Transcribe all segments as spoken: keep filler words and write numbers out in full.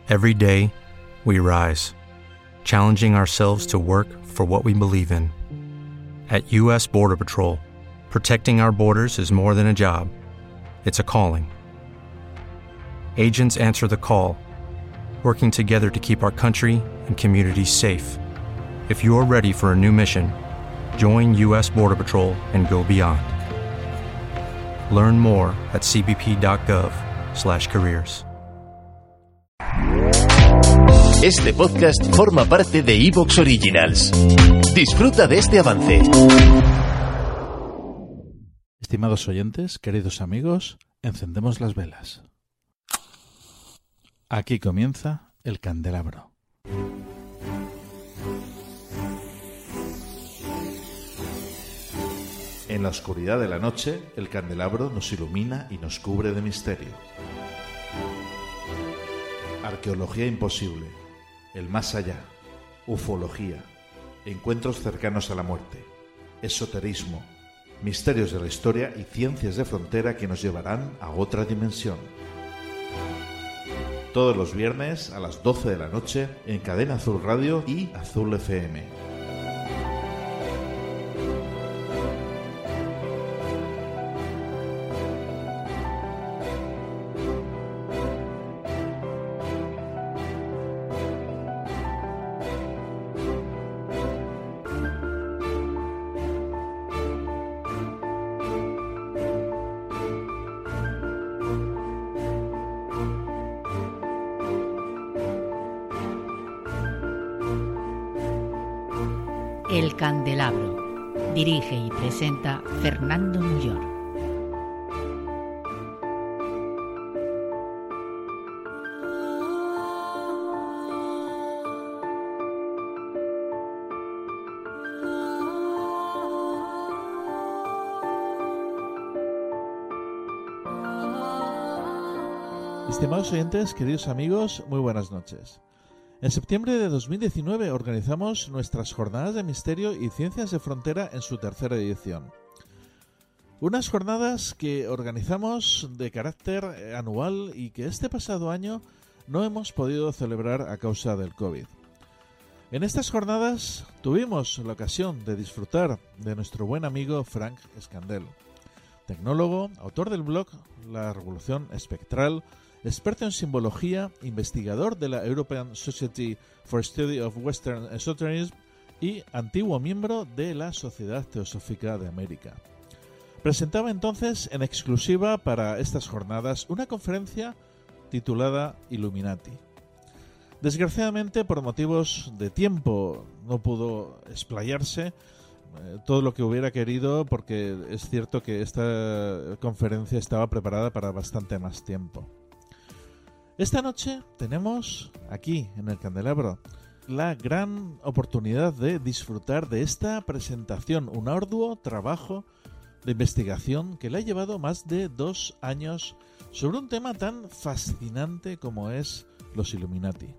Every day, we rise, challenging ourselves to work for what we believe in. At U S Border Patrol, protecting our borders is more than a job. It's a calling. Agents answer the call, working together to keep our country and communities safe. If you're ready for a new mission, join U S Border Patrol and go beyond. Learn more at c b p dot gov slash careers. Este podcast forma parte de iVoox Originals. Disfruta de este avance. Estimados oyentes, queridos amigos, encendemos las velas. Aquí comienza el candelabro. En la oscuridad de la noche, el candelabro nos ilumina y nos cubre de misterio. Arqueología imposible, el más allá, ufología, encuentros cercanos a la muerte, esoterismo, misterios de la historia y ciencias de frontera que nos llevarán a otra dimensión. Todos los viernes a las doce de la noche en Cadena Azul Radio y Azul F M. El Candelabro. Dirige y presenta Fernando Muyor. Estimados oyentes, queridos amigos, muy buenas noches. En septiembre de dos mil diecinueve organizamos nuestras Jornadas de Misterio y Ciencias de Frontera en su tercera edición. Unas jornadas que organizamos de carácter anual y que este pasado año no hemos podido celebrar a causa del COVID. En estas jornadas tuvimos la ocasión de disfrutar de nuestro buen amigo Frank Escandell, tecnólogo, autor del blog La Revolución Espectral, experto en simbología, investigador de la European Society for Study of Western Esotericism y antiguo miembro de la Sociedad Teosófica de América. Presentaba entonces en exclusiva para estas jornadas una conferencia titulada Illuminati. Desgraciadamente, por motivos de tiempo, no pudo explayarse eh, todo lo que hubiera querido, porque es cierto que esta conferencia estaba preparada para bastante más tiempo. Esta noche tenemos aquí en el candelabro la gran oportunidad de disfrutar de esta presentación, un arduo trabajo de investigación que le ha llevado más de dos años sobre un tema tan fascinante como es los Illuminati.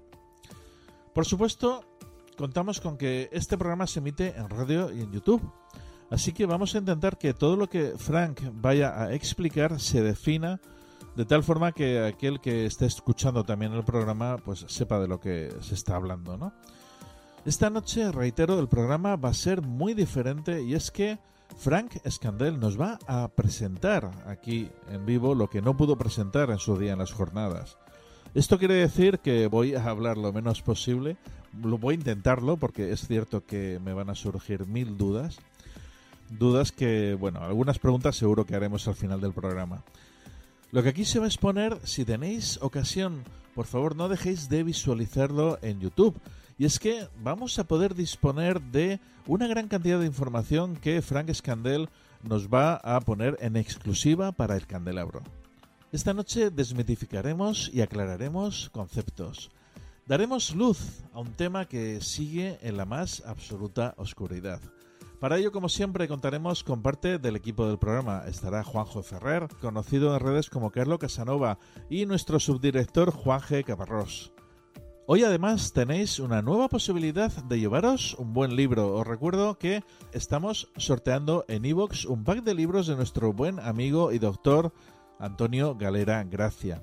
Por supuesto, contamos con que este programa se emite en radio y en YouTube, así que vamos a intentar que todo lo que Frank vaya a explicar se defina de tal forma que aquel que esté escuchando también el programa pues sepa de lo que se está hablando, ¿no? Esta noche, reitero, el programa va a ser muy diferente y es que Frank Escandell nos va a presentar aquí en vivo lo que no pudo presentar en su día en las jornadas. Esto quiere decir que voy a hablar lo menos posible, lo voy a intentarlo porque es cierto que me van a surgir mil dudas, dudas que, bueno, algunas preguntas seguro que haremos al final del programa. Lo que aquí se va a exponer, si tenéis ocasión, por favor no dejéis de visualizarlo en YouTube. Y es que vamos a poder disponer de una gran cantidad de información que Frank Escandell nos va a poner en exclusiva para el candelabro. Esta noche desmitificaremos y aclararemos conceptos. Daremos luz a un tema que sigue en la más absoluta oscuridad. Para ello, como siempre, contaremos con parte del equipo del programa. Estará Juanjo Ferrer, conocido en redes como Carlo Casanova, y nuestro subdirector Juan G. Caparrós. Hoy además tenéis una nueva posibilidad de llevaros un buen libro. Os recuerdo que estamos sorteando en iVoox un pack de libros de nuestro buen amigo y doctor Antonio Galera Gracia.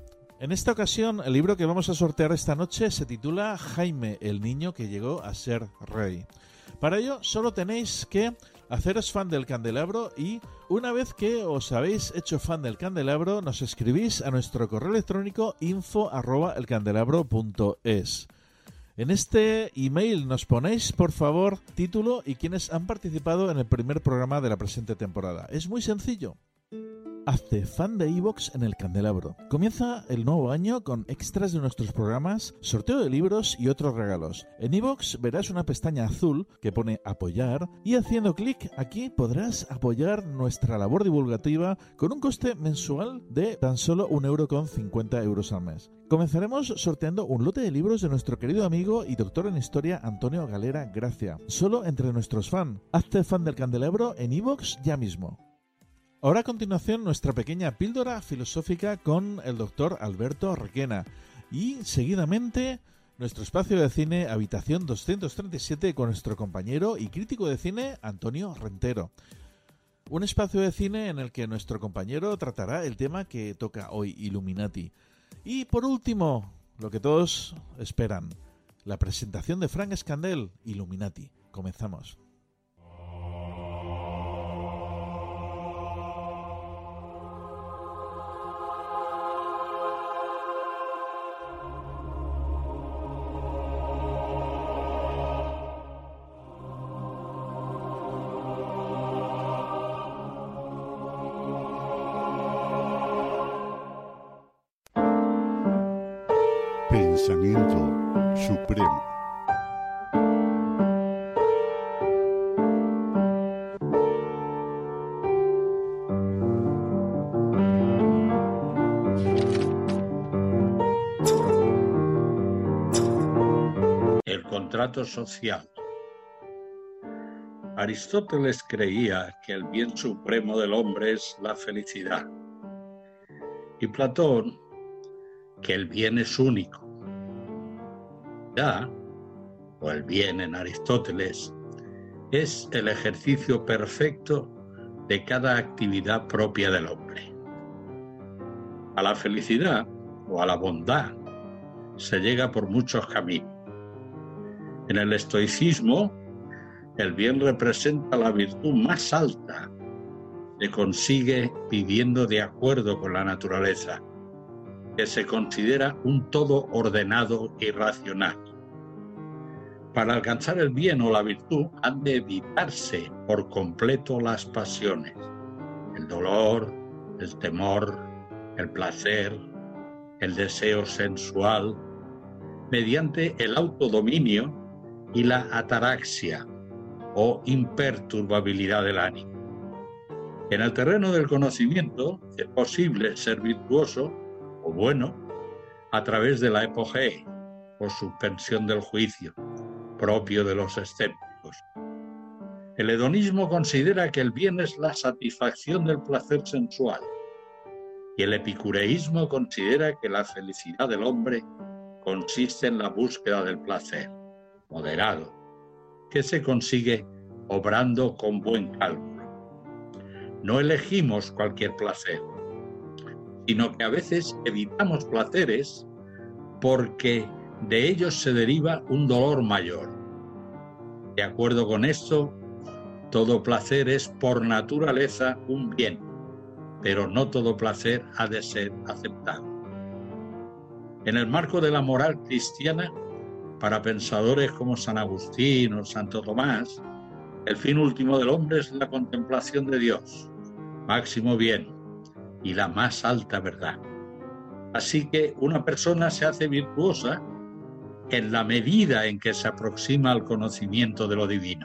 En esta ocasión, el libro que vamos a sortear esta noche se titula Jaime, el niño que llegó a ser rey. Para ello, solo tenéis que haceros fan del Candelabro y, una vez que os habéis hecho fan del Candelabro, nos escribís a nuestro correo electrónico info arroba elcandelabro punto es. En este email nos ponéis, por favor, título y quienes han participado en el primer programa de la presente temporada. Es muy sencillo. Hazte fan de iVoox en el Candelabro. Comienza el nuevo año con extras de nuestros programas, sorteo de libros y otros regalos. En iVoox verás una pestaña azul que pone apoyar y haciendo clic aquí podrás apoyar nuestra labor divulgativa con un coste mensual de tan solo un euro con cincuenta euros al mes. Comenzaremos sorteando un lote de libros de nuestro querido amigo y doctor en historia Antonio Galera Gracia, solo entre nuestros fans. Hazte fan del Candelabro en iVoox ya mismo. Ahora a continuación nuestra pequeña píldora filosófica con el doctor Alberto Requena y seguidamente nuestro espacio de cine Habitación doscientos treinta y siete con nuestro compañero y crítico de cine Antonio Rentero. Un espacio de cine en el que nuestro compañero tratará el tema que toca hoy, Illuminati. Y por último, lo que todos esperan, la presentación de Frank Scandell, Illuminati. Comenzamos. Pensamiento supremo. El contrato social. Aristóteles creía que el bien supremo del hombre es la felicidad. Y Platón, que el bien es único. Ya, o el bien en Aristóteles, es el ejercicio perfecto de cada actividad propia del hombre. A la felicidad o a la bondad se llega por muchos caminos. En el estoicismo, el bien representa la virtud más alta. Se consigue viviendo de acuerdo con la naturaleza, que se considera un todo ordenado y racional. Para alcanzar el bien o la virtud han de evitarse por completo las pasiones, el dolor, el temor, el placer, el deseo sensual, mediante el autodominio y la ataraxia o imperturbabilidad del ánimo. En el terreno del conocimiento es posible ser virtuoso o bueno a través de la epogee o suspensión del juicio propio de los escépticos. El hedonismo considera que el bien es la satisfacción del placer sensual y el epicureísmo considera que la felicidad del hombre consiste en la búsqueda del placer moderado, que se consigue obrando con buen cálculo. No elegimos cualquier placer, sino que a veces evitamos placeres porque de ellos se deriva un dolor mayor. De acuerdo con esto, todo placer es por naturaleza un bien, pero no todo placer ha de ser aceptado. En el marco de la moral cristiana, para pensadores como San Agustín o Santo Tomás, el fin último del hombre es la contemplación de Dios, máximo bien y la más alta verdad. Así que una persona se hace virtuosa en la medida en que se aproxima al conocimiento de lo divino.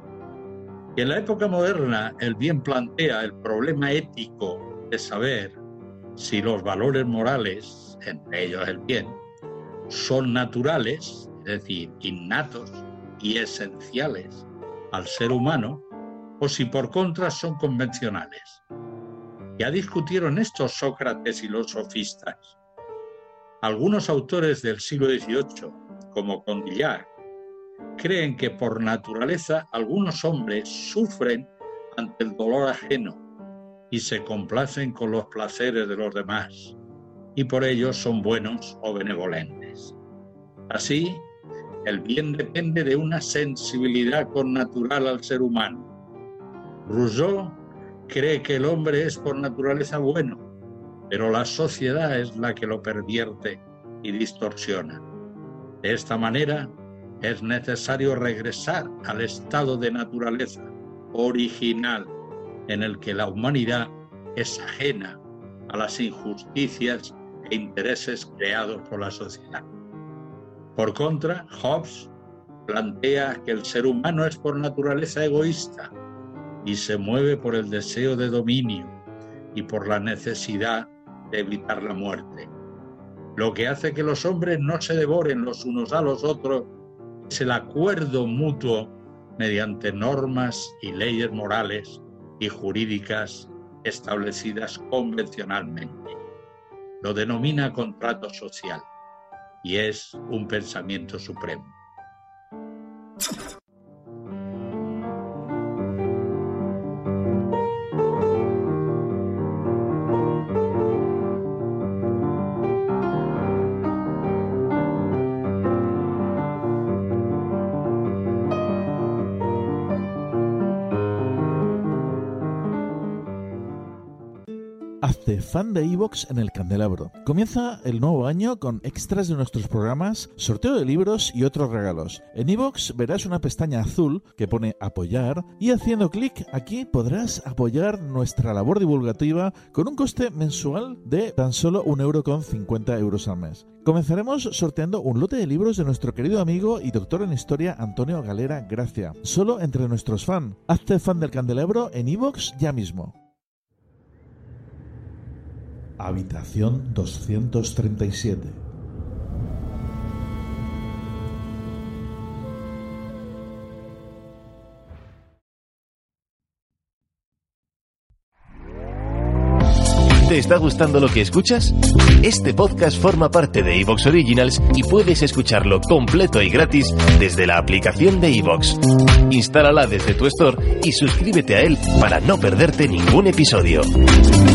Y en la época moderna, el bien plantea el problema ético de saber si los valores morales, entre ellos el bien, son naturales, es decir, innatos y esenciales al ser humano, o si por contra son convencionales. Ya discutieron esto Sócrates y los sofistas. Algunos autores del siglo dieciocho, como Condillac, creen que por naturaleza algunos hombres sufren ante el dolor ajeno y se complacen con los placeres de los demás, y por ello son buenos o benevolentes. Así, el bien depende de una sensibilidad connatural al ser humano. Rousseau cree que el hombre es por naturaleza bueno, pero la sociedad es la que lo pervierte y distorsiona. De esta manera, es necesario regresar al estado de naturaleza original en el que la humanidad es ajena a las injusticias e intereses creados por la sociedad. Por contra, Hobbes plantea que el ser humano es por naturaleza egoísta y se mueve por el deseo de dominio y por la necesidad de evitar la muerte. Lo que hace que los hombres no se devoren los unos a los otros es el acuerdo mutuo mediante normas y leyes morales y jurídicas establecidas convencionalmente. Lo denomina contrato social y es un pensamiento supremo. Hazte fan de iVoox en el Candelabro. Comienza el nuevo año con extras de nuestros programas, sorteo de libros y otros regalos. En iVoox verás una pestaña azul que pone apoyar y haciendo clic aquí podrás apoyar nuestra labor divulgativa con un coste mensual de tan solo un euro con cincuenta euros al mes. Comenzaremos sorteando un lote de libros de nuestro querido amigo y doctor en historia Antonio Galera Gracia, solo entre nuestros fans. Hazte fan del Candelabro en iVoox ya mismo. Habitación doscientos treinta y siete. ¿Te está gustando lo que escuchas? Este podcast forma parte de iVoox Originals y puedes escucharlo completo y gratis desde la aplicación de iVoox. Instálala desde tu store y suscríbete a él para no perderte ningún episodio.